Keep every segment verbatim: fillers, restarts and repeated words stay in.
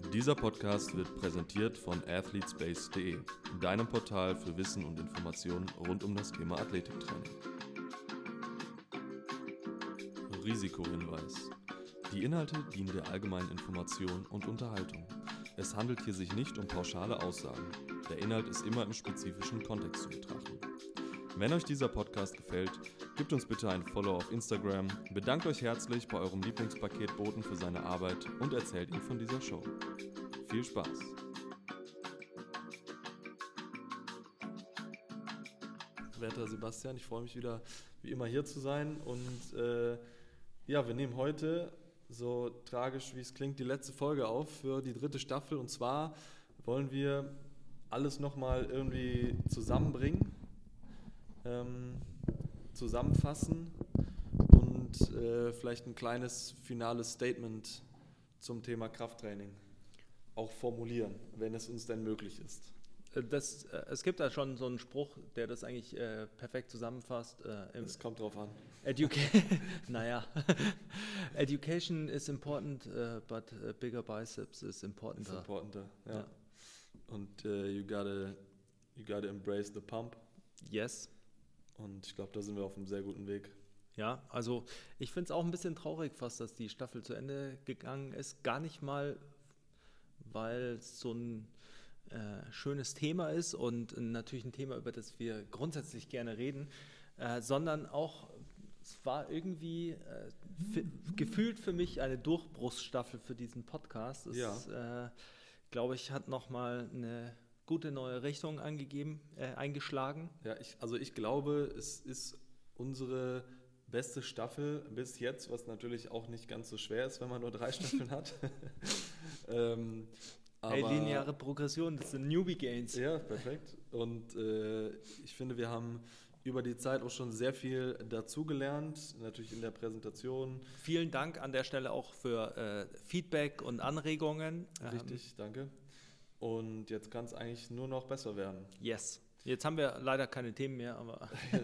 Dieser Podcast wird präsentiert von athletespace punkt de, deinem Portal für Wissen und Informationen rund um das Thema Athletiktraining. Risikohinweis. Die Inhalte dienen der allgemeinen Information und Unterhaltung. Es handelt hier sich nicht um pauschale Aussagen. Der Inhalt ist immer im spezifischen Kontext zu betrachten. Wenn euch dieser Podcast gefällt, gebt uns bitte ein Follow auf Instagram, bedankt euch herzlich bei eurem Lieblingspaketboten für seine Arbeit und erzählt ihm von dieser Show. Viel Spaß! Werter Sebastian, ich freue mich wieder wie immer hier zu sein und äh, ja, wir nehmen heute, so tragisch wie es klingt, die letzte Folge auf für die dritte Staffel und zwar wollen wir alles nochmal irgendwie zusammenbringen, ähm, zusammenfassen und äh, vielleicht ein kleines finales Statement zum Thema Krafttraining auch formulieren, wenn es uns denn möglich ist. Das, äh, es gibt da schon so einen Spruch, der das eigentlich äh, perfekt zusammenfasst. Äh, Es kommt drauf an. Educa- naja, Education is important, uh, but uh, bigger biceps is importanter. It's importanter, ja. Ja. Und uh, you gotta, you gotta embrace the pump. Yes. Und ich glaube, da sind wir auf einem sehr guten Weg. Ja, also ich finde es auch ein bisschen traurig fast, dass die Staffel zu Ende gegangen ist. Gar nicht mal, weil es so ein äh, schönes Thema ist und äh, natürlich ein Thema, über das wir grundsätzlich gerne reden, äh, sondern auch, es war irgendwie äh, f- gefühlt für mich eine Durchbruchsstaffel für diesen Podcast. Es, Ja. äh, glaube ich, hat nochmal eine gute neue Richtung angegeben, äh, eingeschlagen. Ja, ich, also ich glaube, es ist unsere beste Staffel bis jetzt, was natürlich auch nicht ganz so schwer ist, wenn man nur drei Staffeln hat. ähm, aber, hey, lineare Progression, das sind Newbie Gains. Ja, perfekt. Und äh, ich finde, wir haben über die Zeit auch schon sehr viel dazugelernt, natürlich in der Präsentation. Vielen Dank an der Stelle auch für äh, Feedback und Anregungen. Richtig, ähm, danke. Und jetzt kann es eigentlich nur noch besser werden. Yes. Jetzt haben wir leider keine Themen mehr, aber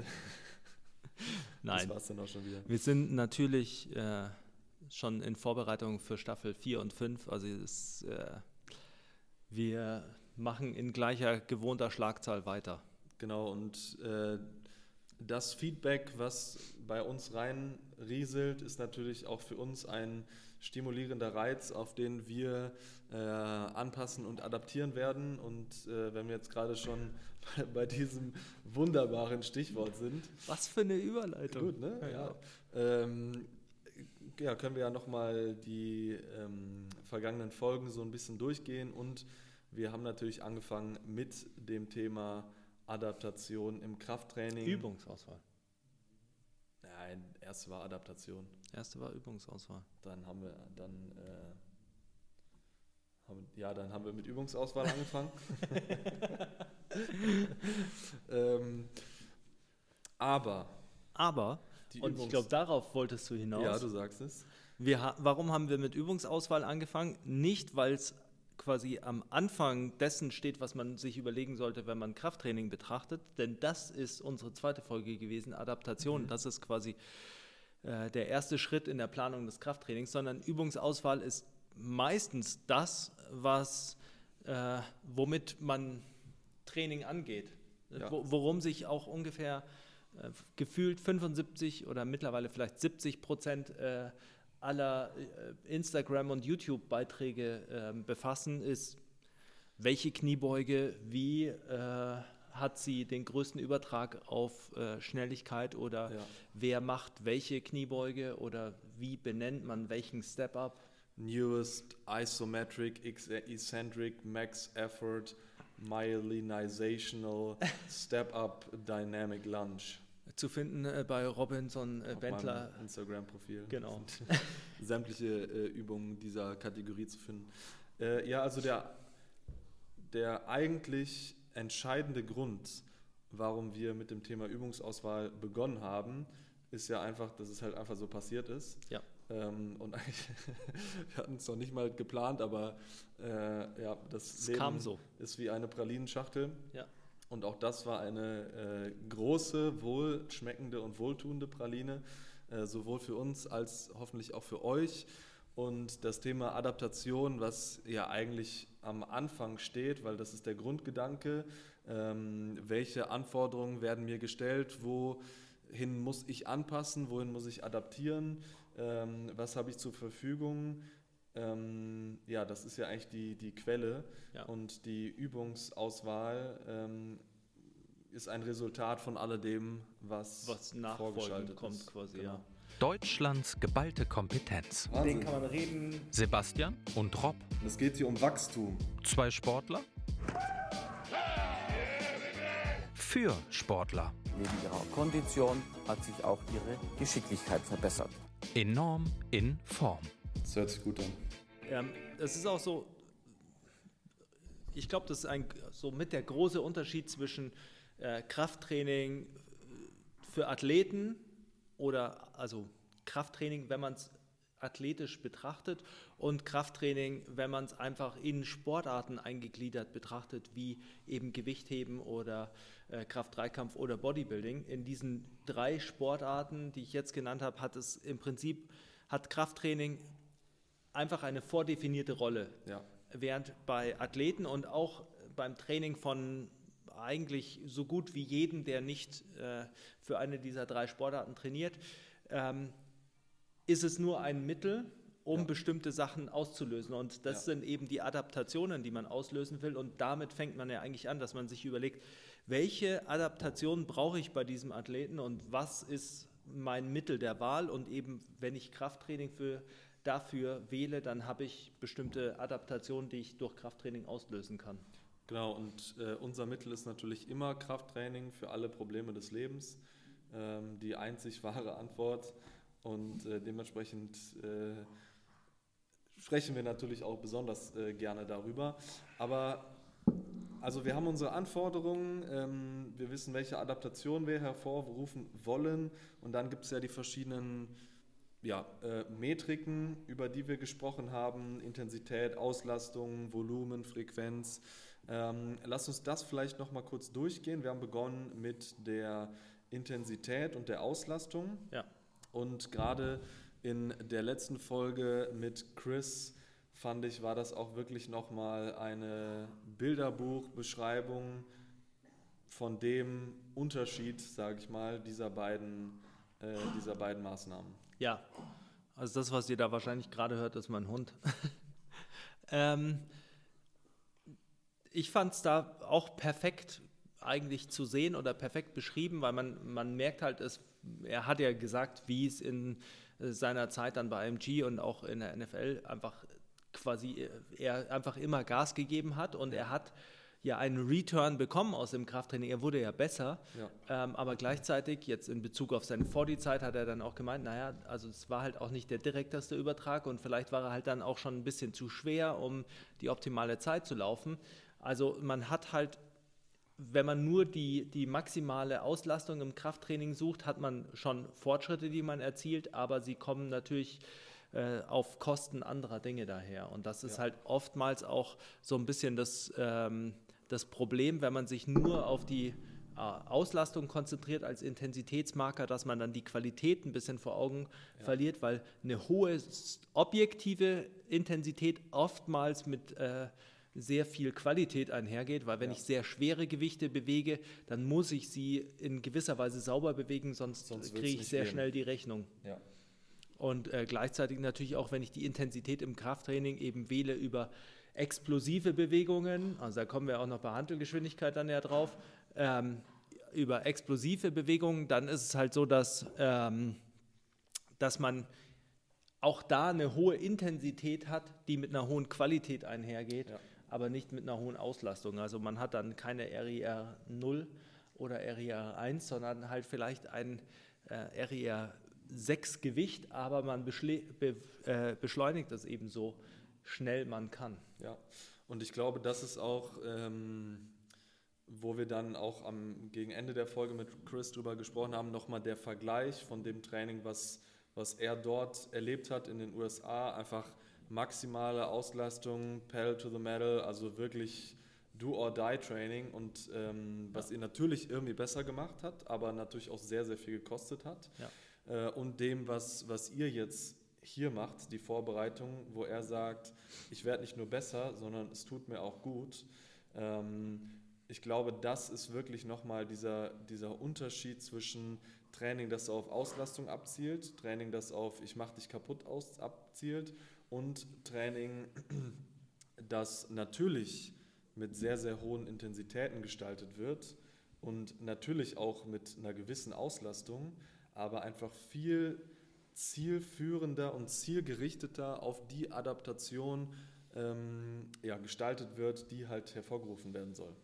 nein. Das war es dann auch schon wieder. Wir sind natürlich äh, schon in Vorbereitung für Staffel vier und fünf. Also es, äh, wir machen in gleicher gewohnter Schlagzahl weiter. Genau, und äh, das Feedback, was bei uns reinrieselt, ist natürlich auch für uns ein stimulierender Reiz, auf den wir äh, anpassen und adaptieren werden. Und äh, wenn wir jetzt gerade schon bei, bei diesem wunderbaren Stichwort sind. Was für eine Überleitung. Gut, ne? Ja. Ja. Ähm, ja, können wir ja nochmal die ähm, vergangenen Folgen so ein bisschen durchgehen. Und wir haben natürlich angefangen mit dem Thema Adaptation im Krafttraining. Übungsauswahl. Nein, erste war Adaptation. Erste war Übungsauswahl. Dann haben wir dann äh, haben, ja, dann haben wir mit Übungsauswahl angefangen. ähm, aber aber und Übungs- ich glaube, darauf wolltest du hinaus. Ja, du sagst es. Wir ha- warum haben wir mit Übungsauswahl angefangen? Nicht, weil es quasi am Anfang dessen steht, was man sich überlegen sollte, wenn man Krafttraining betrachtet, denn das ist unsere zweite Folge gewesen, Adaptation. Mhm. Das ist quasi äh, der erste Schritt in der Planung des Krafttrainings, sondern Übungsauswahl ist meistens das, was, äh, womit man Training angeht, ja. Wo, worum sich auch ungefähr äh, gefühlt fünfundsiebzig oder mittlerweile vielleicht siebzig Prozent äh, aller Instagram- und YouTube-Beiträge äh, befassen, ist, welche Kniebeuge, wie äh, hat sie den größten Übertrag auf äh, Schnelligkeit oder ja. wer macht welche Kniebeuge oder wie benennt man welchen Step-Up. Newest Isometric, Eccentric, Max Effort, Myelinizational, Step-Up, Dynamic Lunge. Zu finden äh, bei Robinson äh, Bentler. Instagram-Profil. Genau. Sämtliche äh, Übungen dieser Kategorie zu finden. Äh, ja, also der, der eigentlich entscheidende Grund, warum wir mit dem Thema Übungsauswahl begonnen haben, ist ja einfach, dass es halt einfach so passiert ist. Ja. Ähm, und eigentlich, wir hatten es noch nicht mal geplant, aber äh, ja, das es Leben kam so. Ist wie eine Pralinenschachtel. Ja. Und auch das war eine äh, große, wohlschmeckende und wohltuende Praline, äh, sowohl für uns als hoffentlich auch für euch. Und das Thema Adaptation, was ja eigentlich am Anfang steht, weil das ist der Grundgedanke, ähm, welche Anforderungen werden mir gestellt, wohin muss ich anpassen, wohin muss ich adaptieren, ähm, was habe ich zur Verfügung. Ähm, ja, das ist ja eigentlich die, die Quelle Ja. und die Übungsauswahl ähm, ist ein Resultat von alledem, was, Was nachfolgend vorgeschaltet kommt ist. quasi, Genau. ja. Deutschlands geballte Kompetenz. Wahnsinn. Den kann man reden. Sebastian und Rob, Es geht hier um Wachstum. zwei Sportler für Sportler. Neben ihrer Kondition hat sich auch ihre Geschicklichkeit verbessert. Enorm in Form. Das hört sich gut an. Ähm, es ist auch so, ich glaube, das ist ein, so mit der große Unterschied zwischen äh, Krafttraining für Athleten oder also Krafttraining, wenn man es athletisch betrachtet, und Krafttraining, wenn man es einfach in Sportarten eingegliedert betrachtet, wie eben Gewichtheben oder äh, Kraft-Dreikampf oder Bodybuilding. In diesen drei Sportarten, die ich jetzt genannt habe, hat es im Prinzip, hat Krafttraining einfach eine vordefinierte Rolle. Ja. Während bei Athleten und auch beim Training von eigentlich so gut wie jedem, der nicht äh, für eine dieser drei Sportarten trainiert, ähm, ist es nur ein Mittel, um Ja. bestimmte Sachen auszulösen. Und das Ja. sind eben die Adaptationen, die man auslösen will. Und damit fängt man ja eigentlich an, dass man sich überlegt, welche Adaptation brauche ich bei diesem Athleten und was ist mein Mittel der Wahl. Und eben, wenn ich Krafttraining für, dafür wähle, dann habe ich bestimmte Adaptationen, die ich durch Krafttraining auslösen kann. Genau, und äh, unser Mittel ist natürlich immer Krafttraining für alle Probleme des Lebens. Ähm, die einzig wahre Antwort. Und äh, dementsprechend äh, sprechen wir natürlich auch besonders äh, gerne darüber. Aber also wir haben unsere Anforderungen, ähm, wir wissen, welche Adaptation wir hervorrufen wollen. Und dann gibt es ja die verschiedenen ja, äh, Metriken, über die wir gesprochen haben: Intensität, Auslastung, Volumen, Frequenz. Ähm, lass uns das vielleicht noch mal kurz durchgehen. Wir haben begonnen mit der Intensität und der Auslastung. Ja. Und gerade in der letzten Folge mit Chris, fand ich, war das auch wirklich nochmal eine Bilderbuchbeschreibung von dem Unterschied, sage ich mal, dieser beiden, äh, dieser beiden Maßnahmen. Ja, also das, was ihr da wahrscheinlich gerade hört, ist mein Hund. ähm, ich fand es da auch perfekt eigentlich zu sehen oder perfekt beschrieben, weil man, man merkt halt, es, er hat ja gesagt, wie es in seiner Zeit dann bei I M G und auch in der N F L einfach quasi, er einfach immer Gas gegeben hat und er hat ja einen Return bekommen aus dem Krafttraining, er wurde ja besser, Ja. ähm, aber gleichzeitig jetzt in Bezug auf seine Forty-Zeit hat er dann auch gemeint, naja, also es war halt auch nicht der direkteste Übertrag und vielleicht war er halt dann auch schon ein bisschen zu schwer, um die optimale Zeit zu laufen. Also man hat halt, wenn man nur die, die maximale Auslastung im Krafttraining sucht, hat man schon Fortschritte, die man erzielt, aber sie kommen natürlich äh, auf Kosten anderer Dinge daher. Und das ist Ja. halt oftmals auch so ein bisschen das, ähm, das Problem, wenn man sich nur auf die äh, Auslastung konzentriert als Intensitätsmarker, dass man dann die Qualität ein bisschen vor Augen Ja. verliert, weil eine hohe objektive Intensität oftmals mit äh, sehr viel Qualität einhergeht, weil wenn Ja. ich sehr schwere Gewichte bewege, dann muss ich sie in gewisser Weise sauber bewegen, sonst, Sonst wird's kriege ich nicht sehr gehen. schnell die Rechnung. Ja. Und äh, gleichzeitig natürlich auch, wenn ich die Intensität im Krafttraining eben wähle über explosive Bewegungen, also da kommen wir auch noch bei Hantelgeschwindigkeit dann ja drauf, ähm, über explosive Bewegungen, dann ist es halt so, dass, ähm, dass man auch da eine hohe Intensität hat, die mit einer hohen Qualität einhergeht, Ja. aber nicht mit einer hohen Auslastung. Also man hat dann keine R I R null oder R I R eins, sondern halt vielleicht ein äh, R I R sechs Gewicht, aber man beschle- be- äh, beschleunigt das eben so schnell man kann. Ja, und ich glaube, das ist auch, ähm, wo wir dann auch am, gegen Ende der Folge mit Chris drüber gesprochen haben, nochmal der Vergleich von dem Training, was, was er dort erlebt hat in den U S A, einfach maximale Auslastung, Pedal to the Metal, also wirklich Do-or-Die-Training und ähm, was ihn natürlich irgendwie besser gemacht hat, aber natürlich auch sehr, sehr viel gekostet hat. Ja. Äh, und dem, was, was ihr jetzt hier macht, die Vorbereitung, wo er sagt, ich werde nicht nur besser, sondern es tut mir auch gut. Ähm, ich glaube, das ist wirklich nochmal dieser, dieser Unterschied zwischen Training, das auf Auslastung abzielt, Training, das auf ich mach dich kaputt aus, abzielt und Training, das natürlich mit sehr, sehr hohen Intensitäten gestaltet wird und natürlich auch mit einer gewissen Auslastung, aber einfach viel zielführender und zielgerichteter auf die Adaptation ähm, ja, gestaltet wird, die halt hervorgerufen werden soll.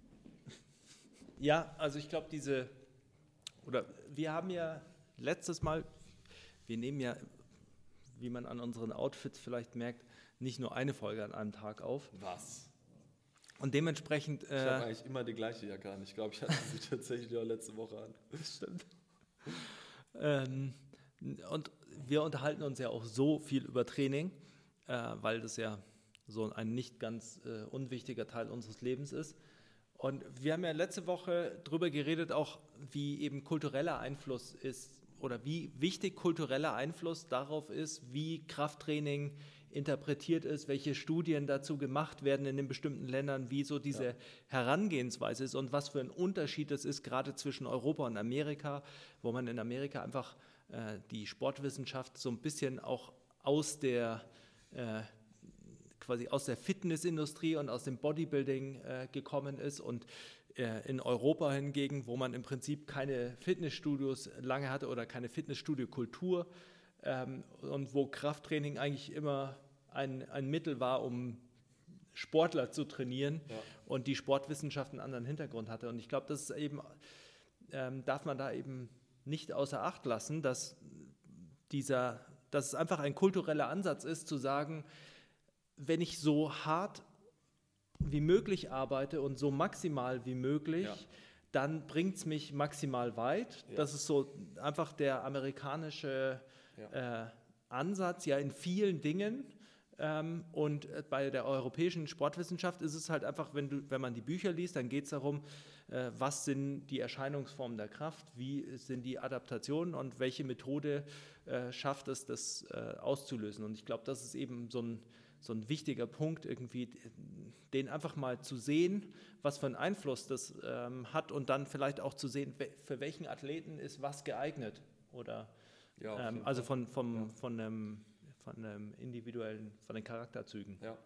Ja, also ich glaube, diese, oder wir haben ja letztes Mal, wir nehmen ja, wie man an unseren Outfits vielleicht merkt, nicht nur eine Folge an einem Tag auf. Was? Und dementsprechend... Ich äh, habe eigentlich immer die gleiche Jacke an. Ich glaube, ich hatte sie tatsächlich auch letzte Woche an. Das stimmt. ähm, und wir unterhalten uns ja auch so viel über Training, äh, weil das ja so ein nicht ganz äh, unwichtiger Teil unseres Lebens ist. Und wir haben ja letzte Woche darüber geredet, auch wie eben kultureller Einfluss ist oder wie wichtig kultureller Einfluss darauf ist, wie Krafttraining interpretiert ist, welche Studien dazu gemacht werden in den bestimmten Ländern, wie so diese ja. Herangehensweise ist und was für ein Unterschied es ist, gerade zwischen Europa und Amerika, wo man in Amerika einfach äh, die Sportwissenschaft so ein bisschen auch aus der äh, quasi aus der Fitnessindustrie und aus dem Bodybuilding äh, gekommen ist und äh, in Europa hingegen, wo man im Prinzip keine Fitnessstudios lange hatte oder keine Fitnessstudio-Kultur ähm, und wo Krafttraining eigentlich immer ein, ein Mittel war, um Sportler zu trainieren ja. und die Sportwissenschaft einen anderen Hintergrund hatte. Und ich glaube, das ist eben, ähm, darf man da eben nicht außer Acht lassen, dass dieser, dass es einfach ein kultureller Ansatz ist, zu sagen, wenn ich so hart wie möglich arbeite und so maximal wie möglich, ja. dann bringt es mich maximal weit. Ja. Das ist so einfach der amerikanische ja. äh, Ansatz, ja in vielen Dingen. Ähm, und bei der europäischen Sportwissenschaft ist es halt einfach, wenn, du, wenn man die Bücher liest, dann geht es darum, äh, was sind die Erscheinungsformen der Kraft, wie sind die Adaptationen und welche Methode äh, schafft es, das äh, auszulösen. Und ich glaube, das ist eben so ein so ein wichtiger Punkt, irgendwie den einfach mal zu sehen, was für einen Einfluss das ähm, hat und dann vielleicht auch zu sehen, für welchen Athleten ist was geeignet oder ja, ähm, also von, vom, ja. von, einem, von einem individuellen, von den Charakterzügen. Ja.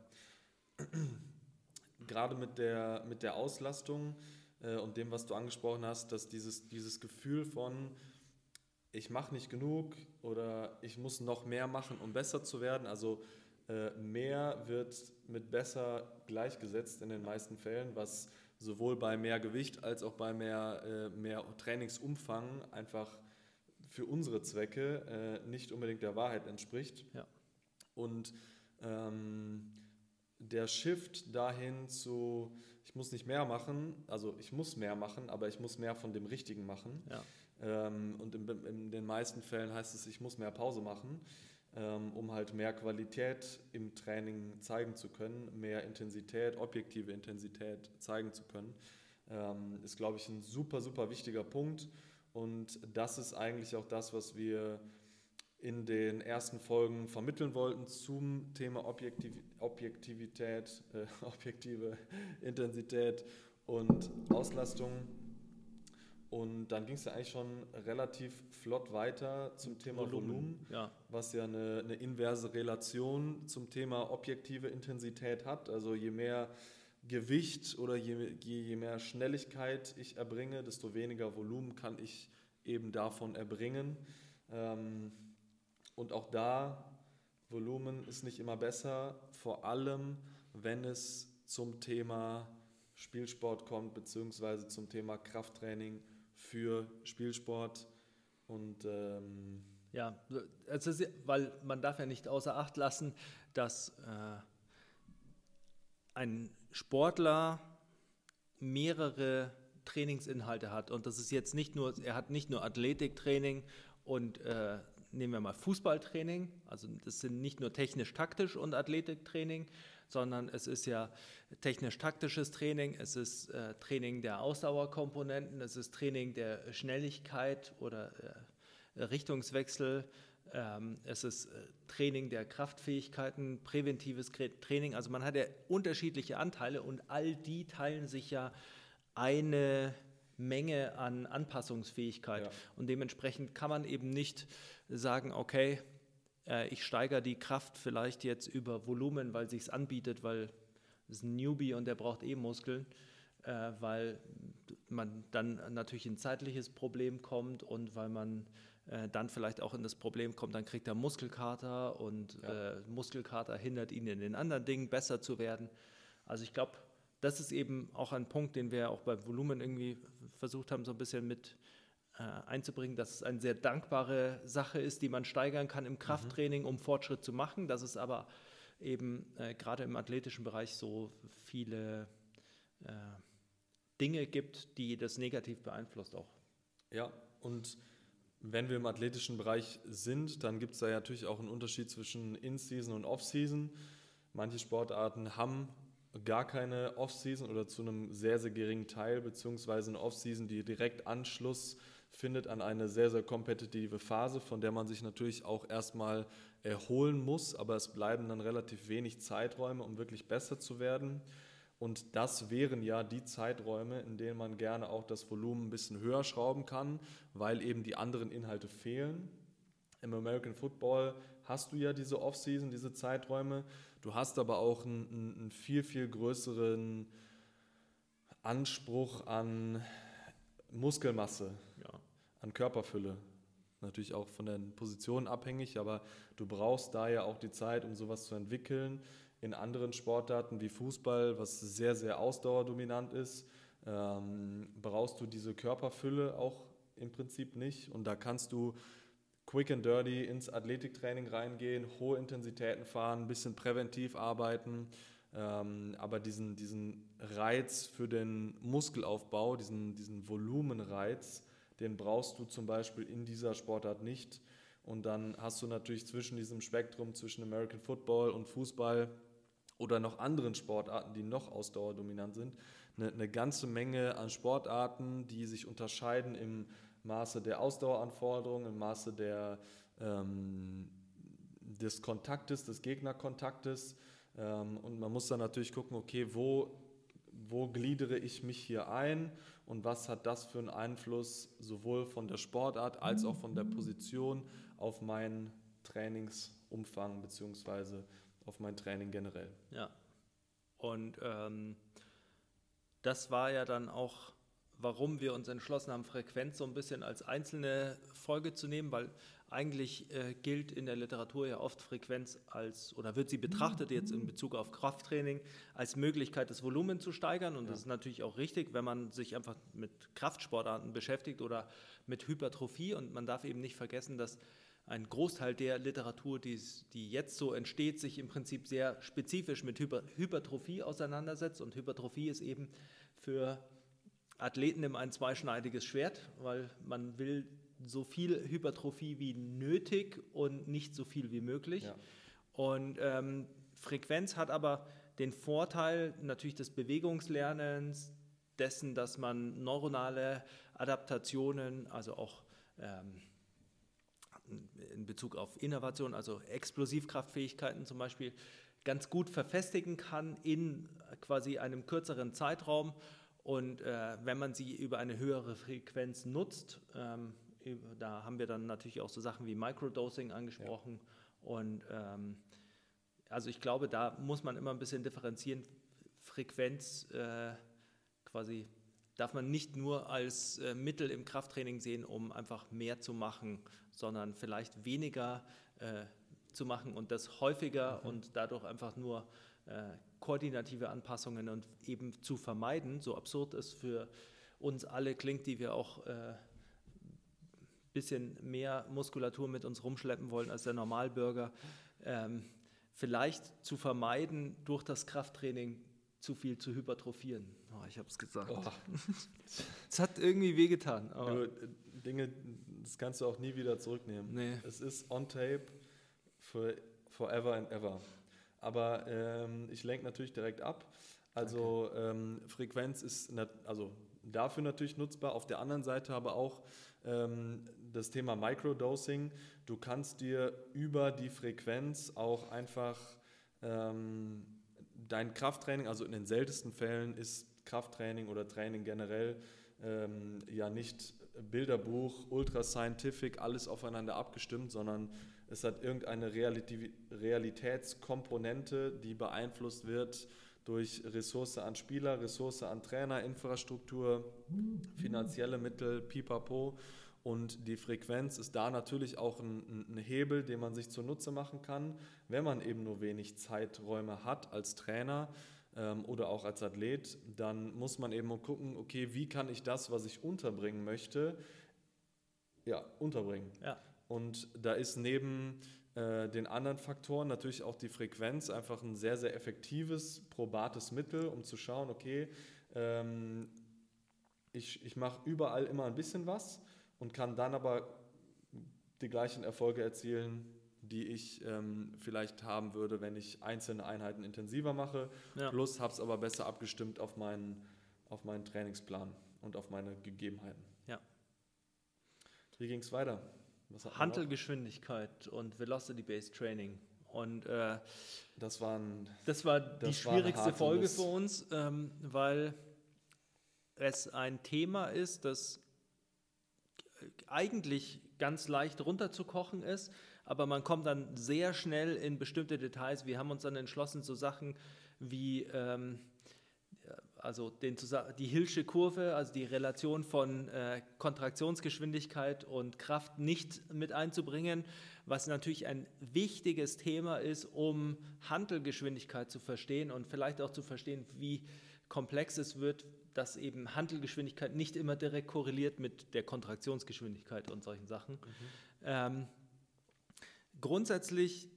Gerade mit der, mit der Auslastung äh, und dem, was du angesprochen hast, dass dieses, dieses Gefühl von ich mache nicht genug oder ich muss noch mehr machen, um besser zu werden, also mehr wird mit besser gleichgesetzt in den meisten Fällen, was sowohl bei mehr Gewicht als auch bei mehr, mehr Trainingsumfang einfach für unsere Zwecke nicht unbedingt der Wahrheit entspricht. Ja. Und ähm, der Shift dahin zu, ich muss nicht mehr machen, also ich muss mehr machen, aber ich muss mehr von dem Richtigen machen. Ja. Ähm, und in, in den meisten Fällen heißt es, ich muss mehr Pause machen, um halt mehr Qualität im Training zeigen zu können, mehr Intensität, objektive Intensität zeigen zu können, ist, glaube ich, ein super, super wichtiger Punkt. Und das ist eigentlich auch das, was wir in den ersten Folgen vermitteln wollten zum Thema Objektiv- Objektivität, äh, objektive Intensität und Auslastung. Und dann ging es ja eigentlich schon relativ flott weiter zum Thema Volumen, Volumen ja. was ja eine, eine inverse Relation zum Thema objektive Intensität hat. Also je mehr Gewicht oder je, je mehr Schnelligkeit ich erbringe, desto weniger Volumen kann ich eben davon erbringen. Ähm, und auch da, Volumen ist nicht immer besser, vor allem wenn es zum Thema Spielsport kommt, beziehungsweise zum Thema Krafttraining für Spielsport und ähm ja, also, weil man darf ja nicht außer Acht lassen, dass äh, ein Sportler mehrere Trainingsinhalte hat und das ist jetzt nicht nur, er hat nicht nur Athletiktraining und äh, nehmen wir mal Fußballtraining, also das sind nicht nur technisch-taktisch und Athletiktraining, sondern es ist ja technisch-taktisches Training, es ist äh, Training der Ausdauerkomponenten, es ist Training der Schnelligkeit oder äh, Richtungswechsel ähm, es ist äh, Training der Kraftfähigkeiten, präventives Training. Also man hat ja unterschiedliche Anteile und all die teilen sich ja eine Menge an Anpassungsfähigkeit. Ja. Und dementsprechend kann man eben nicht sagen, okay, äh, ich steigere die Kraft vielleicht jetzt über Volumen, weil es sich anbietet, weil es ist ein Newbie und der braucht eh Muskeln, äh, weil man dann natürlich in ein zeitliches Problem kommt und weil man äh, dann vielleicht auch in das Problem kommt, dann kriegt er Muskelkater und ja. äh, Muskelkater hindert ihn in den anderen Dingen besser zu werden. Also ich glaube, das ist eben auch ein Punkt, den wir auch beim Volumen irgendwie versucht haben, so ein bisschen mit äh, einzubringen, dass es eine sehr dankbare Sache ist, die man steigern kann im Krafttraining, um Fortschritt zu machen, dass es aber eben äh, gerade im athletischen Bereich so viele äh, Dinge gibt, die das negativ beeinflusst auch. Ja, und wenn wir im athletischen Bereich sind, dann gibt es da ja natürlich auch einen Unterschied zwischen In-Season und Off-Season. Manche Sportarten haben gar keine Off-Season oder zu einem sehr, sehr geringen Teil, beziehungsweise eine Off-Season, die direkt Anschluss findet an eine sehr, sehr kompetitive Phase, von der man sich natürlich auch erstmal erholen muss, aber es bleiben dann relativ wenig Zeiträume, um wirklich besser zu werden. Und das wären ja die Zeiträume, in denen man gerne auch das Volumen ein bisschen höher schrauben kann, weil eben die anderen Inhalte fehlen. Im American Football hast du ja diese Off-Season, diese Zeiträume. Du hast aber auch einen, einen viel, viel größeren Anspruch an Muskelmasse, ja. an Körperfülle. Natürlich auch von den Positionen abhängig, aber du brauchst da ja auch die Zeit, um sowas zu entwickeln. In anderen Sportarten wie Fußball, was sehr, sehr ausdauerdominant ist, ähm, brauchst du diese Körperfülle auch im Prinzip nicht. Und da kannst du quick and dirty ins Athletiktraining reingehen, hohe Intensitäten fahren, ein bisschen präventiv arbeiten, ähm, aber diesen, diesen Reiz für den Muskelaufbau, diesen, diesen Volumenreiz, den brauchst du zum Beispiel in dieser Sportart nicht. Und dann hast du natürlich zwischen diesem Spektrum zwischen American Football und Fußball oder noch anderen Sportarten, die noch ausdauerdominant sind, eine, eine ganze Menge an Sportarten, die sich unterscheiden im Maße der Ausdaueranforderungen, im Maße der, ähm, des Kontaktes, des Gegnerkontaktes. Ähm, und man muss dann natürlich gucken, okay, wo, wo gliedere ich mich hier ein und was hat das für einen Einfluss sowohl von der Sportart als auch von der Position auf meinen Trainingsumfang beziehungsweise auf mein Training generell. Ja, und ähm, das war ja dann auch, warum wir uns entschlossen haben, Frequenz so ein bisschen als einzelne Folge zu nehmen, weil eigentlich äh, gilt in der Literatur ja oft Frequenz als, oder wird sie betrachtet jetzt in Bezug auf Krafttraining, als Möglichkeit, das Volumen zu steigern. Und ja. das ist natürlich auch richtig, wenn man sich einfach mit Kraftsportarten beschäftigt oder mit Hypertrophie. Und man darf eben nicht vergessen, dass ein Großteil der Literatur, die, die jetzt so entsteht, sich im Prinzip sehr spezifisch mit Hyper, Hypertrophie auseinandersetzt. Und Hypertrophie ist eben für Athleten immer ein zweischneidiges Schwert, weil man will so viel Hypertrophie wie nötig und nicht so viel wie möglich. Ja. Und ähm, Frequenz hat aber den Vorteil natürlich des Bewegungslernens, dessen, dass man neuronale Adaptationen, also auch ähm, in Bezug auf Innovation, also Explosivkraftfähigkeiten zum Beispiel, ganz gut verfestigen kann in quasi einem kürzeren Zeitraum. Und äh, wenn man sie über eine höhere Frequenz nutzt, ähm, da haben wir dann natürlich auch so Sachen wie Microdosing angesprochen. Ja. Und ähm, also ich glaube, da muss man immer ein bisschen differenzieren. Frequenz äh, quasi darf man nicht nur als äh, Mittel im Krafttraining sehen, um einfach mehr zu machen, sondern vielleicht weniger äh, zu machen und das häufiger mhm. und dadurch einfach nur äh, koordinative Anpassungen und eben zu vermeiden, so absurd es für uns alle klingt, die wir auch ein äh, bisschen mehr Muskulatur mit uns rumschleppen wollen als der Normalbürger, ähm, vielleicht zu vermeiden, durch das Krafttraining zu viel zu hypertrophieren. Oh, ich habe es gesagt. Es hat irgendwie wehgetan. Aber du, Dinge, das kannst du auch nie wieder zurücknehmen. Nee. Es ist on tape for, forever and ever. Aber ähm, ich lenke natürlich direkt ab. Also ähm, Frequenz ist, nat- also dafür natürlich nutzbar. Auf der anderen Seite aber auch ähm, das Thema Microdosing. Du kannst dir über die Frequenz auch einfach ähm, dein Krafttraining, also in den seltensten Fällen ist Krafttraining oder Training generell ähm, ja nicht Bilderbuch, ultra scientific, alles aufeinander abgestimmt, sondern es hat irgendeine Realitiv- Realitätskomponente, die beeinflusst wird durch Ressource an Spieler, Ressource an Trainer, Infrastruktur, finanzielle Mittel, pipapo. Und die Frequenz ist da natürlich auch ein, ein Hebel, den man sich zunutze machen kann, wenn man eben nur wenig Zeiträume hat als Trainer ähm, oder auch als Athlet. Dann muss man eben gucken, okay, wie kann ich das, was ich unterbringen möchte, ja, unterbringen. Ja. Und da ist neben äh, den anderen Faktoren natürlich auch die Frequenz einfach ein sehr, sehr effektives, probates Mittel, um zu schauen, okay, ähm, ich, ich mache überall immer ein bisschen was und kann dann aber die gleichen Erfolge erzielen, die ich ähm, vielleicht haben würde, wenn ich einzelne Einheiten intensiver mache, Ja. plus habe es aber besser abgestimmt auf meinen, auf meinen Trainingsplan und auf meine Gegebenheiten. Ja. Wie ging es weiter? Was hatten wir noch? Hantelgeschwindigkeit und Velocity-Based Training. Und äh, Das waren das war die Das war eine schwierigste harte Folge Nuss. für uns, ähm, weil es ein Thema ist, das eigentlich ganz leicht runterzukochen ist, aber man kommt dann sehr schnell in bestimmte Details. Wir haben uns dann entschlossen, so Sachen wie ähm, also den, die Hillsche Kurve, also die Relation von äh, Kontraktionsgeschwindigkeit und Kraft nicht mit einzubringen, was natürlich ein wichtiges Thema ist, um Hantelgeschwindigkeit zu verstehen und vielleicht auch zu verstehen, wie komplex es wird, dass eben Hantelgeschwindigkeit nicht immer direkt korreliert mit der Kontraktionsgeschwindigkeit und solchen Sachen. Mhm. Ähm, grundsätzlich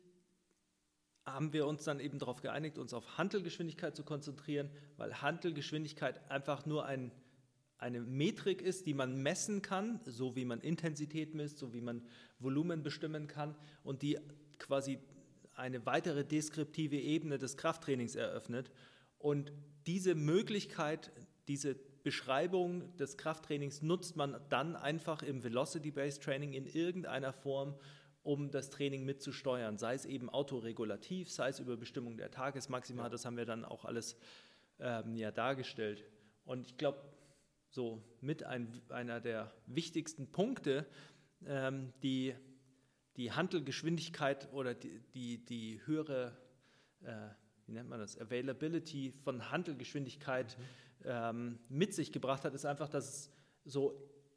haben wir uns dann eben darauf geeinigt, uns auf Hantelgeschwindigkeit zu konzentrieren, weil Hantelgeschwindigkeit einfach nur ein, eine Metrik ist, die man messen kann, so wie man Intensität misst, so wie man Volumen bestimmen kann und die quasi eine weitere deskriptive Ebene des Krafttrainings eröffnet. Und diese Möglichkeit, diese Beschreibung des Krafttrainings nutzt man dann einfach im Velocity-Based Training in irgendeiner Form, um das Training mitzusteuern, sei es eben autoregulativ, sei es über Bestimmung der Tagesmaxima, das haben wir dann auch alles ähm, ja, dargestellt. Und ich glaube, so mit ein, einer der wichtigsten Punkte, ähm, die die Hantelgeschwindigkeit oder die, die, die höhere, äh, wie nennt man das, Availability von Hantelgeschwindigkeit mhm. ähm, mit sich gebracht hat, ist einfach, dass es so,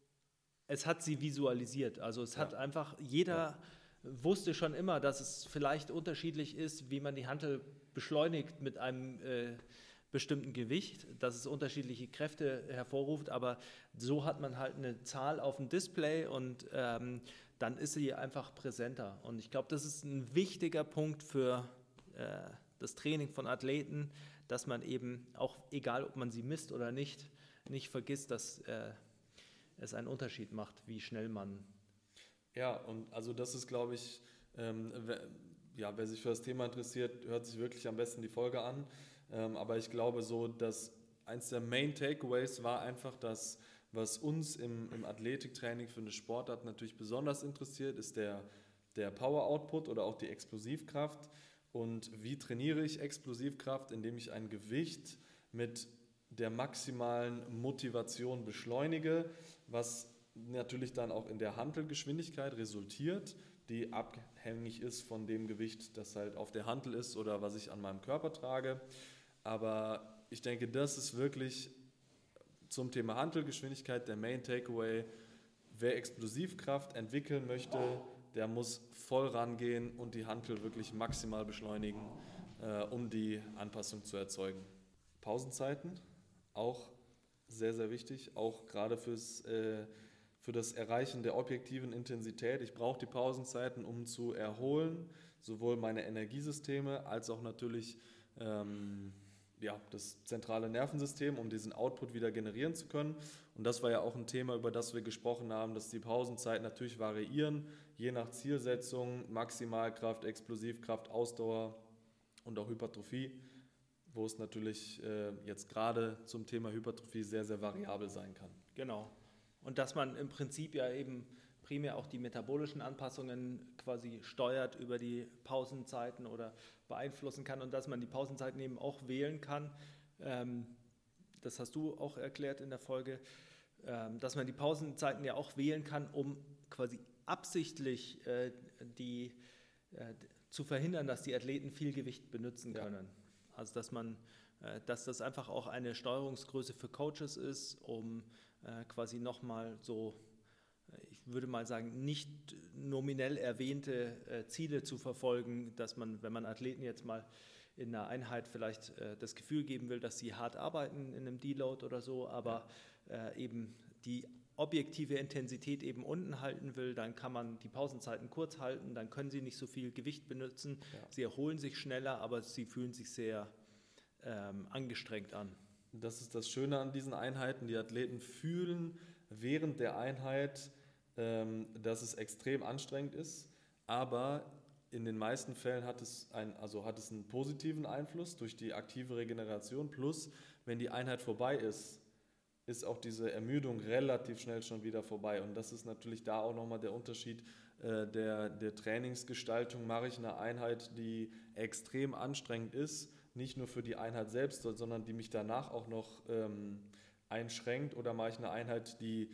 es hat sie visualisiert. Also es ja. hat einfach, jeder ja. wusste schon immer, dass es vielleicht unterschiedlich ist, wie man die Hantel beschleunigt mit einem äh, bestimmten Gewicht, dass es unterschiedliche Kräfte hervorruft, aber so hat man halt eine Zahl auf dem Display und ähm, dann ist sie einfach präsenter. Und ich glaube, das ist ein wichtiger Punkt für äh, das Training von Athleten, dass man eben auch, egal ob man sie misst oder nicht, nicht vergisst, dass äh, es einen Unterschied macht, wie schnell man... Ja, und also das ist, glaube ich, ähm, wer, ja, wer sich für das Thema interessiert, hört sich wirklich am besten die Folge an. Ähm, aber ich glaube so, dass eins der Main Takeaways war einfach, dass was uns im, im Athletiktraining für eine Sportart natürlich besonders interessiert, ist der, der Power-Output oder auch die Explosivkraft. Und wie trainiere ich Explosivkraft? Indem ich ein Gewicht mit der maximalen Motivation beschleunige, was natürlich dann auch in der Hantelgeschwindigkeit resultiert, die abhängig ist von dem Gewicht, das halt auf der Hantel ist oder was ich an meinem Körper trage. Aber ich denke, das ist wirklich zum Thema Hantelgeschwindigkeit der Main Takeaway. Wer Explosivkraft entwickeln möchte, der muss voll rangehen und die Hantel wirklich maximal beschleunigen, äh, um die Anpassung zu erzeugen. Pausenzeiten, auch sehr, sehr wichtig, auch gerade fürs, äh, für das Erreichen der objektiven Intensität. Ich brauche die Pausenzeiten, um zu erholen, sowohl meine Energiesysteme als auch natürlich ähm, ja, das zentrale Nervensystem, um diesen Output wieder generieren zu können. Und das war ja auch ein Thema, über das wir gesprochen haben, dass die Pausenzeiten natürlich variieren, je nach Zielsetzung, Maximalkraft, Explosivkraft, Ausdauer und auch Hypertrophie. wo es natürlich äh, jetzt gerade zum Thema Hypertrophie sehr, sehr variabel sein kann. Genau. Und dass man im Prinzip ja eben primär auch die metabolischen Anpassungen quasi steuert über die Pausenzeiten oder beeinflussen kann und dass man die Pausenzeiten eben auch wählen kann. Ähm, das hast du auch erklärt in der Folge, ähm, dass man die Pausenzeiten ja auch wählen kann, um quasi absichtlich äh, die, äh, zu verhindern, dass die Athleten viel Gewicht benutzen können. Ja. Also dass man, äh, dass das einfach auch eine Steuerungsgröße für Coaches ist, um äh, quasi nochmal so, ich würde mal sagen, nicht nominell erwähnte äh, Ziele zu verfolgen, dass man, wenn man Athleten jetzt mal in einer Einheit vielleicht äh, das Gefühl geben will, dass sie hart arbeiten in einem Deload oder so, aber äh, eben die objektive Intensität eben unten halten will, dann kann man die Pausenzeiten kurz halten, dann können sie nicht so viel Gewicht benutzen, ja. Sie erholen sich schneller, aber sie fühlen sich sehr ähm, angestrengt an. Das ist das Schöne an diesen Einheiten, die Athleten fühlen während der Einheit, ähm, dass es extrem anstrengend ist, aber in den meisten Fällen hat es, ein, also hat es einen positiven Einfluss durch die aktive Regeneration, plus wenn die Einheit vorbei ist, ist auch diese Ermüdung relativ schnell schon wieder vorbei. Und das ist natürlich da auch nochmal der Unterschied äh, der, der Trainingsgestaltung. Mache ich eine Einheit, die extrem anstrengend ist, nicht nur für die Einheit selbst, sondern die mich danach auch noch ähm, einschränkt, oder mache ich eine Einheit, die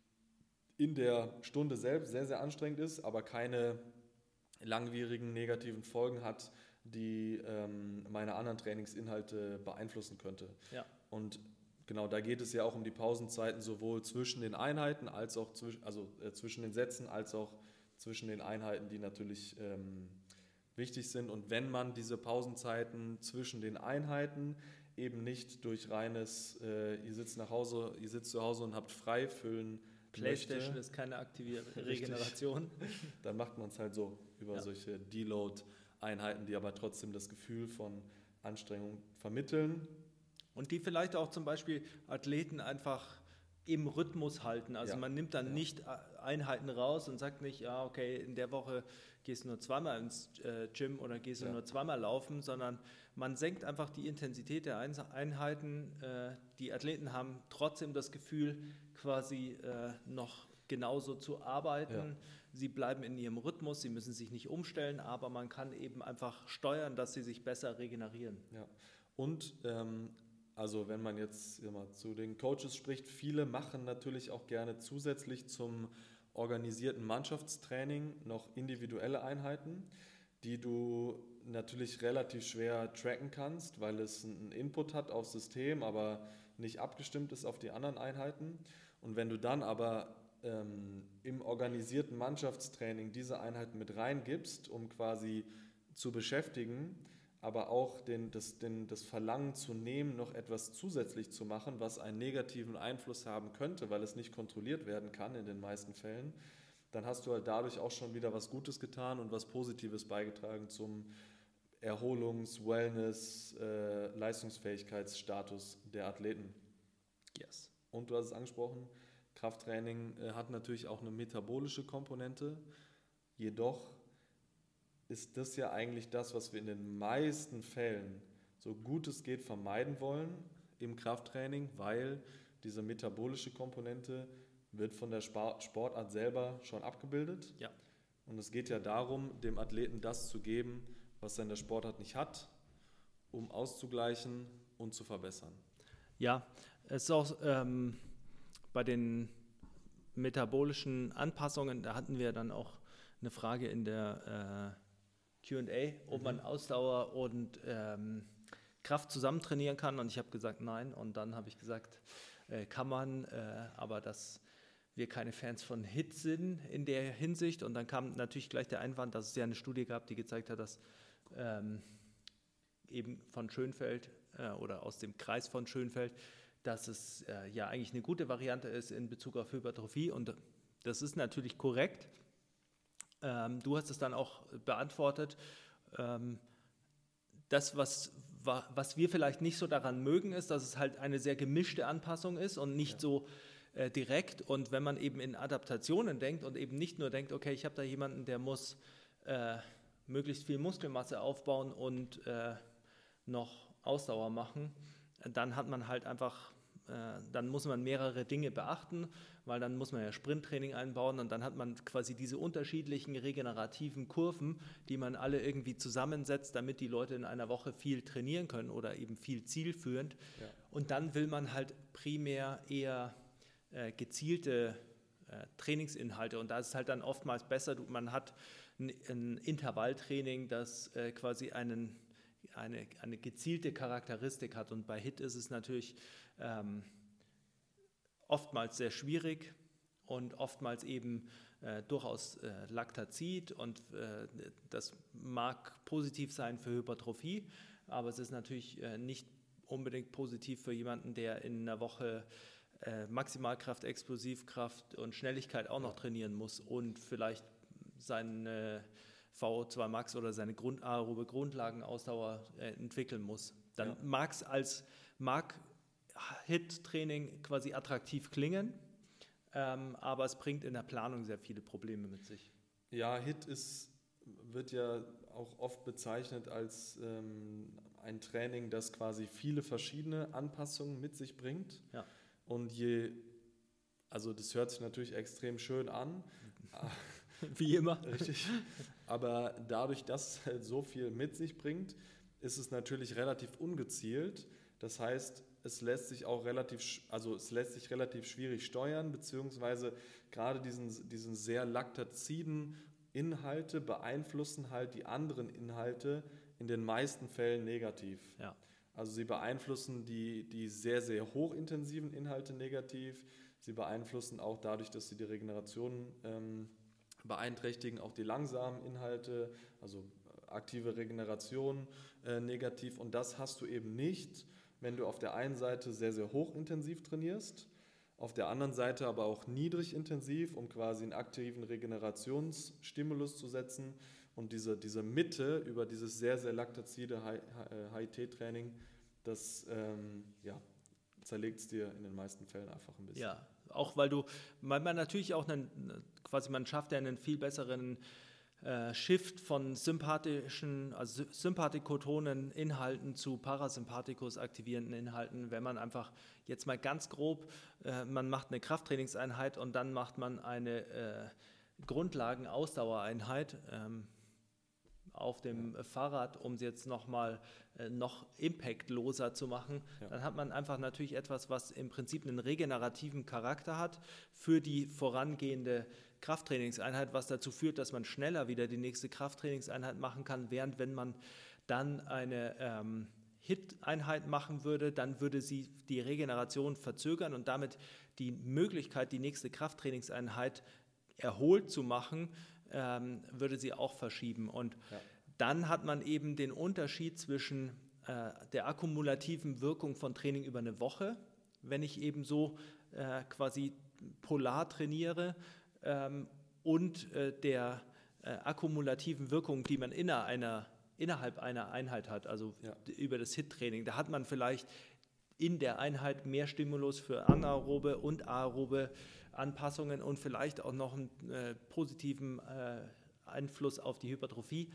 in der Stunde selbst sehr, sehr anstrengend ist, aber keine langwierigen negativen Folgen hat, die ähm, meine anderen Trainingsinhalte beeinflussen könnte. Ja. Und genau, da geht es ja auch um die Pausenzeiten, sowohl zwischen den Einheiten, als auch zwischen, also äh, zwischen den Sätzen, als auch zwischen den Einheiten, die natürlich ähm, wichtig sind. Und wenn man diese Pausenzeiten zwischen den Einheiten eben nicht durch reines, äh, ihr sitzt nach Hause, ihr sitzt zu Hause und habt frei füllen PlayStation möchte, ist keine aktive Regeneration. Dann macht man es halt so über ja. solche Deload-Einheiten, die aber trotzdem das Gefühl von Anstrengung vermitteln. Und die vielleicht auch zum Beispiel Athleten einfach im Rhythmus halten. Also ja. man nimmt dann ja. nicht Einheiten raus und sagt nicht, ja okay, in der Woche gehst du nur zweimal ins äh, Gym oder gehst du ja. nur zweimal laufen, sondern man senkt einfach die Intensität der Einheiten. Äh, die Athleten haben trotzdem das Gefühl, quasi äh, noch genauso zu arbeiten. Ja. Sie bleiben in ihrem Rhythmus, sie müssen sich nicht umstellen, aber man kann eben einfach steuern, dass sie sich besser regenerieren. Ja. Und ähm, also wenn man jetzt immer zu den Coaches spricht, viele machen natürlich auch gerne zusätzlich zum organisierten Mannschaftstraining noch individuelle Einheiten, die du natürlich relativ schwer tracken kannst, weil es einen Input hat aufs System, aber nicht abgestimmt ist auf die anderen Einheiten. Und wenn du dann aber ähm, im organisierten Mannschaftstraining diese Einheiten mit reingibst, um quasi zu beschäftigen, aber auch den, das, den, das Verlangen zu nehmen, noch etwas zusätzlich zu machen, was einen negativen Einfluss haben könnte, weil es nicht kontrolliert werden kann in den meisten Fällen, dann hast du halt dadurch auch schon wieder was Gutes getan und was Positives beigetragen zum Erholungs-, Wellness-, äh, Leistungsfähigkeitsstatus der Athleten. Yes. Und du hast es angesprochen, Krafttraining äh, hat natürlich auch eine metabolische Komponente, jedoch ist das ja eigentlich das, was wir in den meisten Fällen so gut es geht vermeiden wollen im Krafttraining, weil diese metabolische Komponente wird von der Sportart selber schon abgebildet. Ja. Und es geht ja darum, dem Athleten das zu geben, was er in der Sportart nicht hat, um auszugleichen und zu verbessern. Ja, es ist auch ähm, bei den metabolischen Anpassungen, da hatten wir dann auch eine Frage in der äh, Q und A, ob man Ausdauer und ähm, Kraft zusammen trainieren kann, und ich habe gesagt nein, und dann habe ich gesagt, äh, kann man, äh, aber dass wir keine Fans von H I I T sind in der Hinsicht, und dann kam natürlich gleich der Einwand, dass es ja eine Studie gab, die gezeigt hat, dass ähm, eben von Schönfeld äh, oder aus dem Kreis von Schönfeld, dass es äh, ja eigentlich eine gute Variante ist in Bezug auf Hypertrophie, und das ist natürlich korrekt. Ähm, du hast es dann auch beantwortet. Ähm, das, was, was wir vielleicht nicht so daran mögen, ist, dass es halt eine sehr gemischte Anpassung ist und nicht ja. so äh, direkt. Und wenn man eben in Adaptationen denkt und eben nicht nur denkt, okay, ich habe da jemanden, der muss äh, möglichst viel Muskelmasse aufbauen und äh, noch Ausdauer machen, dann hat man halt einfach, äh, dann muss man mehrere Dinge beachten, weil dann muss man ja Sprinttraining einbauen und dann hat man quasi diese unterschiedlichen regenerativen Kurven, die man alle irgendwie zusammensetzt, damit die Leute in einer Woche viel trainieren können oder eben viel zielführend. Ja. Und dann will man halt primär eher äh, gezielte äh, Trainingsinhalte und da ist es halt dann oftmals besser, man hat ein, ein Intervalltraining, das äh, quasi einen, eine, eine gezielte Charakteristik hat und bei H I I T ist es natürlich ähm, oftmals sehr schwierig und oftmals eben äh, durchaus äh, Laktazid und äh, das mag positiv sein für Hypertrophie, aber es ist natürlich äh, nicht unbedingt positiv für jemanden, der in einer Woche äh, Maximalkraft, Explosivkraft und Schnelligkeit auch noch trainieren muss und vielleicht seine V O zwei Max oder seine Grund, aerobe Grundlagenausdauer äh, entwickeln muss. Dann Ja. mag es als mag H I I T-Training quasi attraktiv klingen, ähm, aber es bringt in der Planung sehr viele Probleme mit sich. Ja, H I I T ist, wird ja auch oft bezeichnet als ähm, ein Training, das quasi viele verschiedene Anpassungen mit sich bringt. Ja. Und je, also das hört sich natürlich extrem schön an, Wie immer. richtig, aber dadurch, dass es halt so viel mit sich bringt, ist es natürlich relativ ungezielt. Das heißt, es lässt sich auch relativ, sch- also es lässt sich relativ schwierig steuern, beziehungsweise gerade diesen, diesen sehr laktaziden Inhalte beeinflussen halt die anderen Inhalte in den meisten Fällen negativ. Ja. Also sie beeinflussen die, die sehr, sehr hochintensiven Inhalte negativ. Sie beeinflussen auch dadurch, dass sie die Regeneration ähm, beeinträchtigen, auch die langsamen Inhalte, also aktive Regeneration äh, negativ. Und das hast du eben nicht, wenn du auf der einen Seite sehr, sehr hochintensiv trainierst, auf der anderen Seite aber auch niedrigintensiv, um quasi einen aktiven Regenerationsstimulus zu setzen. Und diese, diese Mitte über dieses sehr, sehr laktazide H I T-Training, das ähm, ja, zerlegt es dir in den meisten Fällen einfach ein bisschen. Ja, auch weil du, weil man natürlich auch einen, quasi, man schafft ja einen viel besseren äh, Shift von sympathischen, also sympathikotonen Inhalten zu Parasympathikus aktivierenden Inhalten, wenn man einfach jetzt mal ganz grob, äh, man macht eine Krafttrainingseinheit und dann macht man eine äh, Grundlagenausdauereinheit ähm, auf dem Fahrrad, um es jetzt nochmal äh, noch impactloser zu machen, Ja. dann hat man einfach natürlich etwas, was im Prinzip einen regenerativen Charakter hat für die vorangehende Krafttrainingseinheit, was dazu führt, dass man schneller wieder die nächste Krafttrainingseinheit machen kann, während wenn man dann eine ähm, H I I T-Einheit machen würde, dann würde sie die Regeneration verzögern und damit die Möglichkeit, die nächste Krafttrainingseinheit erholt zu machen, ähm, würde sie auch verschieben. Und Ja. dann hat man eben den Unterschied zwischen äh, der akkumulativen Wirkung von Training über eine Woche, wenn ich eben so äh, quasi polar trainiere, ähm, und äh, der äh, akkumulativen Wirkung, die man inner einer, innerhalb einer Einheit hat, also Ja. d- über das H I I T-Training. Da hat man vielleicht in der Einheit mehr Stimulus für anaerobe und aerobe Anpassungen und vielleicht auch noch einen äh, positiven äh, Einfluss auf die Hypertrophie,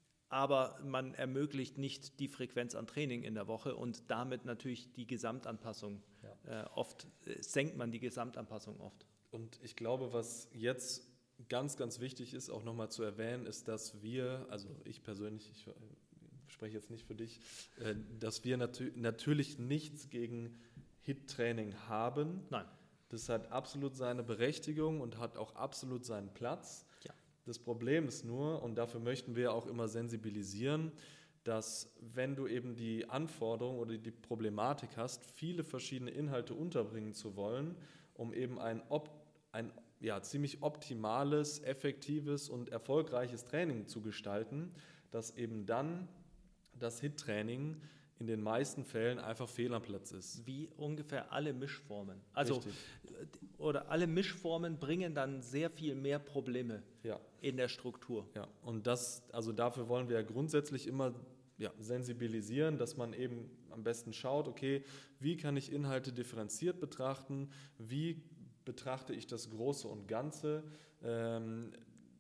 aber man ermöglicht nicht die Frequenz an Training in der Woche und damit natürlich die Gesamtanpassung. Ja. Äh, oft äh, senkt man die Gesamtanpassung oft. Und ich glaube, was jetzt ganz, ganz wichtig ist, auch nochmal zu erwähnen, ist, dass wir, also ich persönlich, ich äh, spreche jetzt nicht für dich, äh, dass wir natü- natürlich nichts gegen H I I T-Training haben. Nein. Das hat absolut seine Berechtigung und hat auch absolut seinen Platz. Ja. Das Problem ist nur, und dafür möchten wir auch immer sensibilisieren, dass wenn du eben die Anforderung oder die Problematik hast, viele verschiedene Inhalte unterbringen zu wollen, um eben ein, op- ein ja, ziemlich optimales, effektives und erfolgreiches Training zu gestalten, dass eben dann das H I I T-Training in den meisten Fällen einfach fehl am Platz ist. Wie ungefähr alle Mischformen. Also, Richtig. oder alle Mischformen bringen dann sehr viel mehr Probleme Ja. in der Struktur. Ja, und das, also dafür wollen wir ja grundsätzlich immer ja, sensibilisieren, dass man eben am besten schaut, okay, wie kann ich Inhalte differenziert betrachten, wie betrachte ich das Große und Ganze, ähm,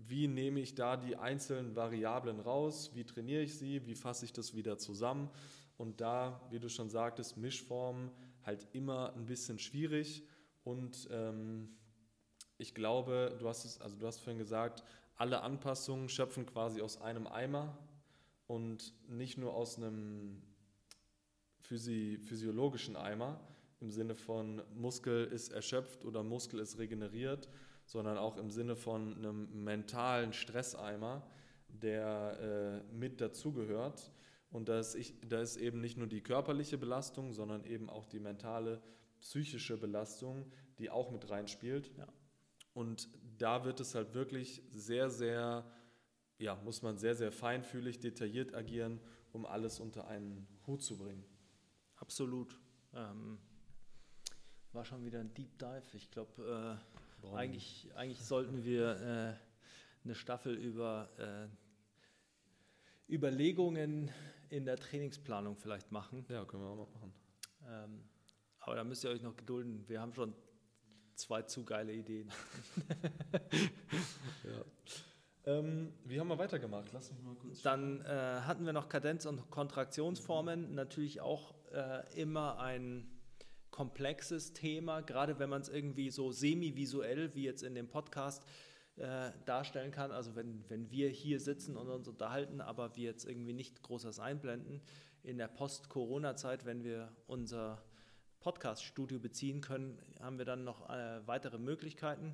wie nehme ich da die einzelnen Variablen raus, wie trainiere ich sie, wie fasse ich das wieder zusammen. Und da, wie du schon sagtest, Mischformen halt immer ein bisschen schwierig. Und ähm, ich glaube, du hast es, also du hast vorhin gesagt, alle Anpassungen schöpfen quasi aus einem Eimer und nicht nur aus einem physi- physiologischen Eimer, im Sinne von Muskel ist erschöpft oder Muskel ist regeneriert, sondern auch im Sinne von einem mentalen Stresseimer, der äh, mit dazugehört. Und da ist, ich, da ist eben nicht nur die körperliche Belastung, sondern eben auch die mentale, psychische Belastung, die auch mit reinspielt. Ja. Und da wird es halt wirklich sehr, sehr, ja, muss man sehr, sehr feinfühlig, detailliert agieren, um alles unter einen Hut zu bringen. Absolut. Ähm, war schon wieder ein Deep Dive. Ich glaube, äh, eigentlich, eigentlich sollten wir äh, eine Staffel über äh, Überlegungen in der Trainingsplanung vielleicht machen. Ja, können wir auch noch machen. Ähm, aber da müsst ihr euch noch gedulden. Wir haben schon zwei zu geile Ideen. Ja. Ähm, wie haben wir weitergemacht? Lass mich mal kurz. Dann äh, hatten wir noch Kadenz- und Kontraktionsformen. Natürlich auch äh, immer ein komplexes Thema, gerade wenn man es irgendwie so semi-visuell, wie jetzt in dem Podcast, äh, darstellen kann. Also wenn, wenn wir hier sitzen und uns unterhalten, aber wir jetzt irgendwie nicht großes einblenden. In der Post-Corona-Zeit, wenn wir unser Podcast-Studio beziehen können, haben wir dann noch äh, weitere Möglichkeiten.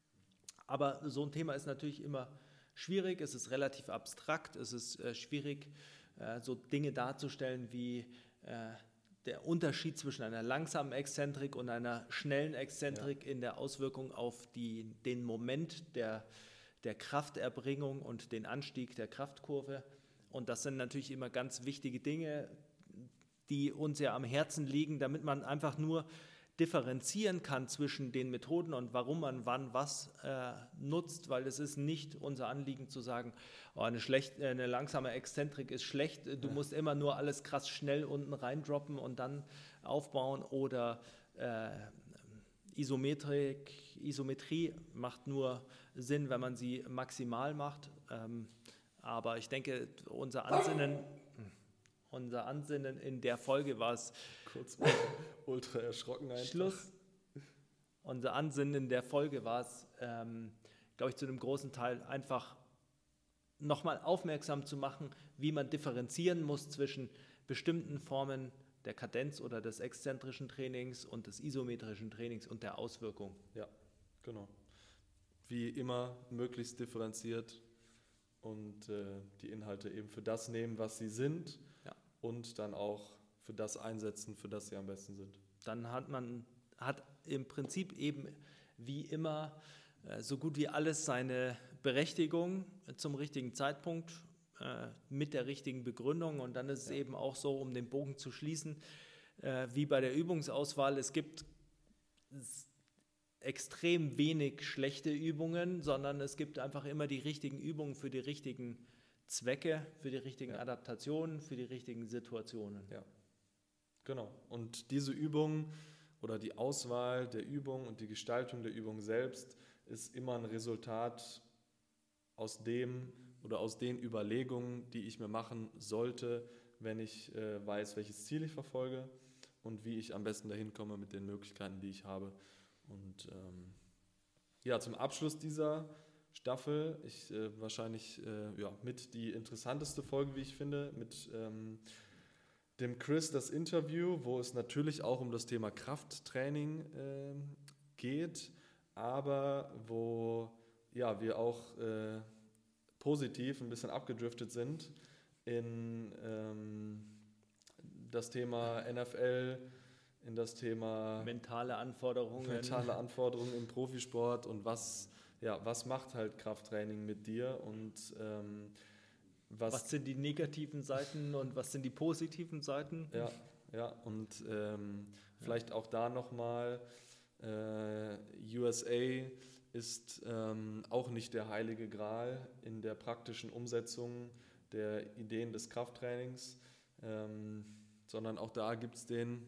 Aber so ein Thema ist natürlich immer schwierig, es ist relativ abstrakt, es ist äh, schwierig, äh, so Dinge darzustellen wie äh, der Unterschied zwischen einer langsamen Exzentrik und einer schnellen Exzentrik ja. in der Auswirkung auf die, den Moment der, der Krafterbringung und den Anstieg der Kraftkurve. Und das sind natürlich immer ganz wichtige Dinge, die uns ja am Herzen liegen, damit man einfach nur differenzieren kann zwischen den Methoden und warum man wann was äh, nutzt, weil es ist nicht unser Anliegen zu sagen, oh, eine, schlecht, eine langsame Exzentrik ist schlecht, du ja. musst immer nur alles krass schnell unten reindroppen und dann aufbauen oder äh, Isometrik, Isometrie macht nur Sinn, wenn man sie maximal macht, ähm, aber ich denke, unser Ansinnen Unser Ansinnen in der Folge war es kurz ultra erschrocken einfach. Schluss. Unser Ansinnen in der Folge war es, ähm, glaube ich, zu einem großen Teil einfach nochmal aufmerksam zu machen, wie man differenzieren muss zwischen bestimmten Formen der Kadenz oder des exzentrischen Trainings und des isometrischen Trainings und der Auswirkung. Ja, genau. Wie immer möglichst differenziert und äh, die Inhalte eben für das nehmen, was sie sind. Und dann auch für das einsetzen, für das sie am besten sind. Dann hat man hat im Prinzip eben wie immer äh, so gut wie alles seine Berechtigung zum richtigen Zeitpunkt äh, mit der richtigen Begründung. Und dann ist es ja. eben auch so, um den Bogen zu schließen, äh, wie bei der Übungsauswahl, es gibt extrem wenig schlechte Übungen, sondern es gibt einfach immer die richtigen Übungen für die richtigen Zwecke, für die richtigen ja. Adaptationen, für die richtigen Situationen. Ja, genau. Und diese Übung oder die Auswahl der Übung und die Gestaltung der Übung selbst ist immer ein Resultat aus dem oder aus den Überlegungen, die ich mir machen sollte, wenn ich äh, weiß, welches Ziel ich verfolge und wie ich am besten dahin komme mit den Möglichkeiten, die ich habe. Und ähm, ja, zum Abschluss dieser Staffel, ich äh, wahrscheinlich äh, ja, mit die interessanteste Folge, wie ich finde, mit ähm, dem Chris das Interview, wo es natürlich auch um das Thema Krafttraining äh, geht, aber wo ja, wir auch äh, positiv ein bisschen abgedriftet sind in ähm, das Thema N F L, in das Thema mentale Anforderungen, mentale Anforderungen im Profisport und was Ja, was macht halt Krafttraining mit dir und ähm, was, was sind die negativen Seiten und was sind die positiven Seiten? Ja, ja und ähm, vielleicht ja. auch da nochmal, äh, U S A ist ähm, auch nicht der heilige Gral in der praktischen Umsetzung der Ideen des Krafttrainings, ähm, sondern auch da gibt es den,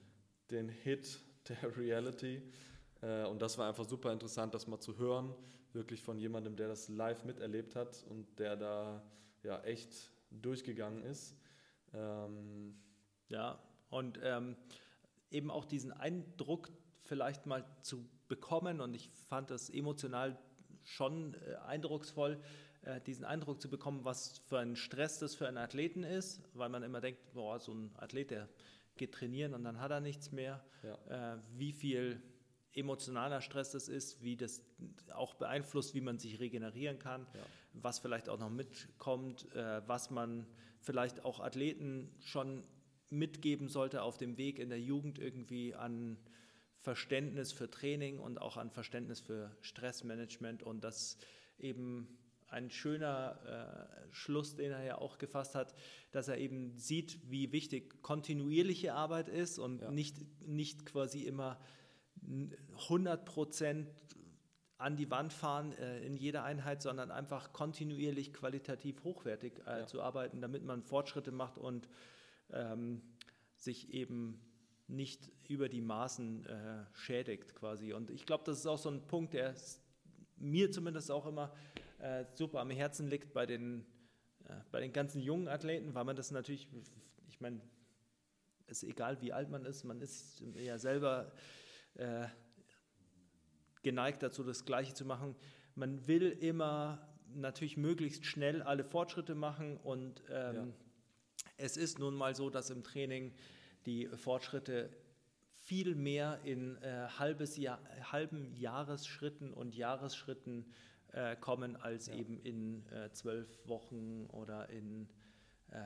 den Hit der Reality. Und das war einfach super interessant, das mal zu hören, wirklich von jemandem, der das live miterlebt hat und der da ja echt durchgegangen ist. Ähm, Ja, und ähm, eben auch diesen Eindruck vielleicht mal zu bekommen, und ich fand das emotional schon äh, eindrucksvoll, äh, diesen Eindruck zu bekommen, was für ein Stress das für einen Athleten ist, weil man immer denkt, boah, so ein Athlet, der geht trainieren und dann hat er nichts mehr. Ja. Äh, wie viel emotionaler Stress das ist, wie das auch beeinflusst, wie man sich regenerieren kann, Ja. was vielleicht auch noch mitkommt, äh, was man vielleicht auch Athleten schon mitgeben sollte auf dem Weg in der Jugend irgendwie an Verständnis für Training und auch an Verständnis für Stressmanagement, und das eben ein schöner äh, Schluss, den er ja auch gefasst hat, dass er eben sieht, wie wichtig kontinuierliche Arbeit ist und Ja. nicht, nicht quasi immer hundert Prozent an die Wand fahren äh, in jeder Einheit, sondern einfach kontinuierlich qualitativ hochwertig äh, Ja. zu arbeiten, damit man Fortschritte macht und ähm, sich eben nicht über die Maßen äh, schädigt quasi. Und ich glaube, das ist auch so ein Punkt, der s- mir zumindest auch immer äh, super am Herzen liegt bei den, äh, bei den ganzen jungen Athleten, weil man das natürlich, ich meine, es ist egal, wie alt man ist, man ist ja selber äh, geneigt dazu, das Gleiche zu machen. Man will immer natürlich möglichst schnell alle Fortschritte machen, und ähm, Ja. es ist nun mal so, dass im Training die Fortschritte viel mehr in äh, halbes Jahr, halben Jahresschritten und Jahresschritten äh, kommen, als Ja. eben in äh, zwölf Wochen oder in äh,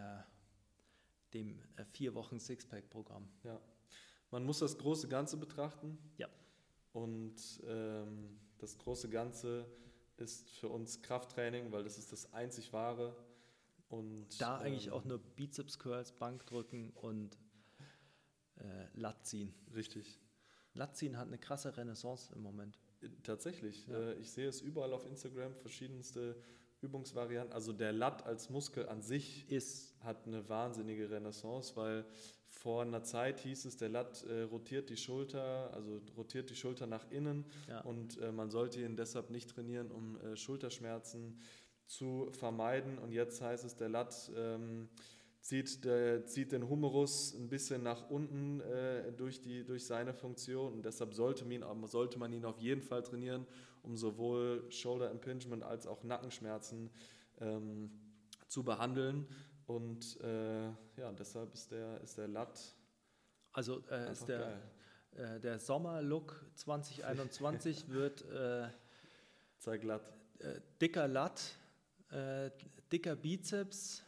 dem äh, vier Wochen Sixpack-Programm. Ja. Man muss das große Ganze betrachten. Ja. Und ähm, das große Ganze ist für uns Krafttraining, weil das ist das einzig wahre. Und Da eigentlich ähm, auch nur Bizeps Curls, Bankdrücken und äh, Lat ziehen. Richtig. Lat ziehen hat eine krasse Renaissance im Moment. Äh, Tatsächlich. Ja. Äh, ich sehe es überall auf Instagram, verschiedenste Übungsvarianten. Also der Lat als Muskel an sich Ist hat eine wahnsinnige Renaissance, weil vor einer Zeit hieß es, der Lat äh, rotiert die Schulter, also rotiert die Schulter nach innen, ja, und äh, man sollte ihn deshalb nicht trainieren, um äh, Schulterschmerzen zu vermeiden. Und jetzt heißt es, der Lat ähm, zieht, der, zieht den Humerus ein bisschen nach unten äh, durch, die, durch seine Funktion, und deshalb sollte man, ihn, sollte man ihn auf jeden Fall trainieren, um sowohl Shoulder Impingement als auch Nackenschmerzen ähm, zu behandeln. Und äh, ja, deshalb ist der, ist der Lat also äh, einfach ist der, geil. äh, der Sommerlook zwanzig einundzwanzig wird äh, Zeig Lat. äh, dicker Lat, äh, dicker Bizeps,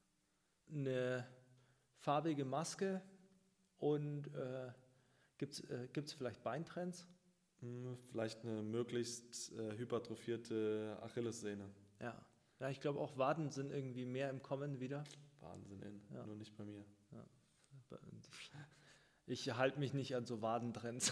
eine farbige Maske und äh, gibt es äh, gibt's vielleicht Beintrends? Hm, Vielleicht eine möglichst äh, hypertrophierte Achillessehne. Ja. Ja, ich glaube auch Waden sind irgendwie mehr im Kommen wieder. Wahnsinn, in, Ja. nur nicht bei mir. Ich halte mich nicht an so Wadentrends.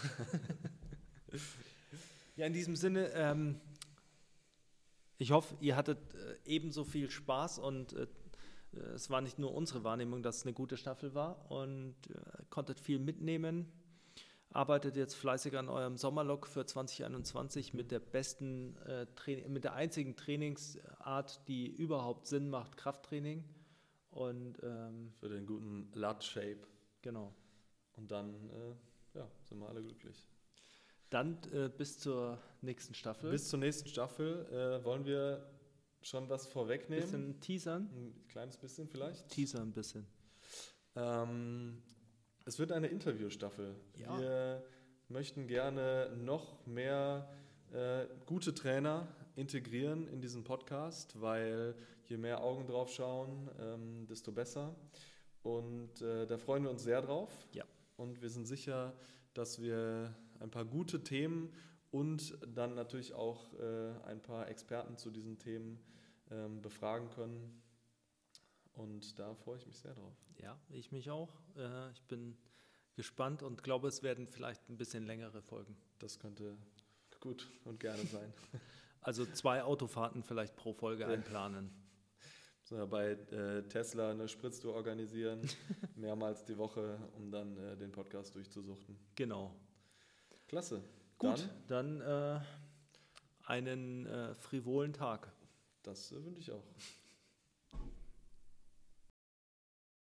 Ja, in diesem Sinne, ähm, ich hoffe, ihr hattet äh, ebenso viel Spaß, und äh, es war nicht nur unsere Wahrnehmung, dass es eine gute Staffel war, und äh, konntet viel mitnehmen. Arbeitet jetzt fleißig an eurem Sommerlook für zwanzig einundzwanzig mit der besten, äh, Tra- mit der einzigen Trainingsart, die überhaupt Sinn macht, Krafttraining. Und ähm, Für den guten Lat-Shape. genau. Und dann äh, ja, sind wir alle glücklich. Dann äh, bis zur nächsten Staffel. Bis zur nächsten Staffel äh, wollen wir schon was vorwegnehmen. bisschen teasern. Ein kleines bisschen vielleicht. Teaser ein bisschen. Ähm, es wird eine Interviewstaffel. Ja. Wir möchten gerne noch mehr äh, gute Trainer integrieren in diesen Podcast, weil je mehr Augen drauf schauen, ähm, desto besser. Und äh, da freuen wir uns sehr drauf. Ja. Und wir sind sicher, dass wir ein paar gute Themen und dann natürlich auch äh, ein paar Experten zu diesen Themen ähm, befragen können. Und da freue ich mich sehr drauf. Ja, ich mich auch. Äh, ich bin gespannt und glaube, es werden vielleicht ein bisschen längere Folgen. Das könnte gut und gerne sein. Also zwei Autofahrten vielleicht pro Folge Ja. einplanen. Müssen wir bei äh, Tesla eine Spritztour organisieren, mehrmals die Woche, um dann äh, den Podcast durchzusuchten. Genau. Klasse. Gut, dann, äh, einen äh, frivolen Tag. Das äh, wünsche ich auch.